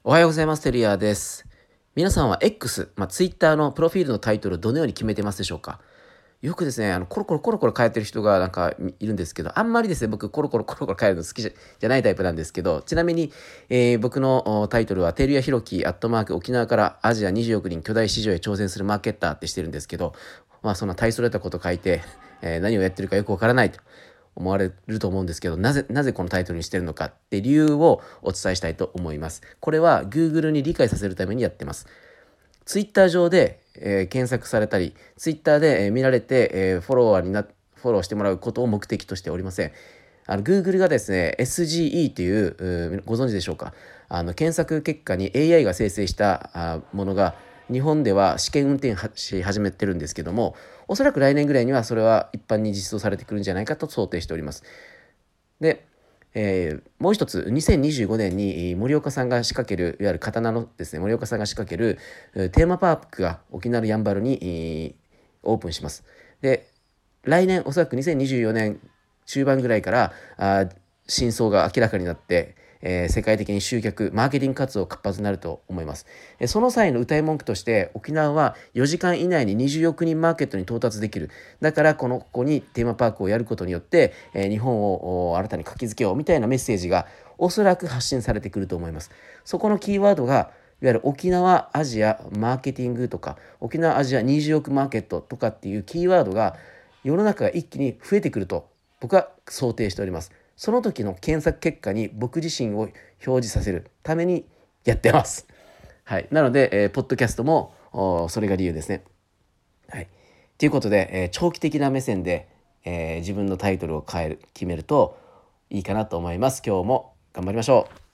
おはようございます。テリアです。皆さんは X、Twitter のプロフィールのタイトルをどのように決めてますでしょうか？よくですね、コロコロ変えてる人がいるんですけど、あんまりですね、僕コロコロ変えるの好きじゃないタイプなんですけど、ちなみに、僕のタイトルは、テリアヒロキアットマーク沖縄からアジア20億人巨大市場へ挑戦するマーケッターってしてるんですけど、そんな大それたこと書いて、何をやってるかよくわからないと思われると思うんですけど、なぜこのタイトルにしてるのかって理由をお伝えしたいと思います。これは Google に理解させるためにやってます。Twitter 上で、検索されたり、Twitter で、見られて、フォローしてもらうことを目的としておりません。Google がですね、SGE という、ご存知でしょうか。検索結果に AI が生成したものが日本では試験運転し始めてるんですけども、おそらく来年ぐらいにはそれは一般に実装されてくるんじゃないかと想定しております。で、もう一つ2025年に森岡さんが仕掛ける、いわゆる刀のですね、森岡さんが仕掛けるテーマパークが沖縄のやんばるにオープンします。で、来年おそらく2024年中盤ぐらいから真相が明らかになって、世界的に集客マーケティング活動活発になると思います。その際の謳い文句として、沖縄は4時間以内に20億人マーケットに到達できる、だからここにテーマパークをやることによって、日本を新たに活気づけようみたいなメッセージがおそらく発信されてくると思います。そこのキーワードがいわゆる沖縄アジアマーケティングとか沖縄アジア20億マーケットとかっていうキーワードが世の中が一気に増えてくると僕は想定しております。その時の検索結果に僕自身を表示させるためにやってます。はい、なので、ポッドキャストもそれが理由ですね。はい、ということで、長期的な目線で、自分のタイトルを決めるといいかなと思います。今日も頑張りましょう。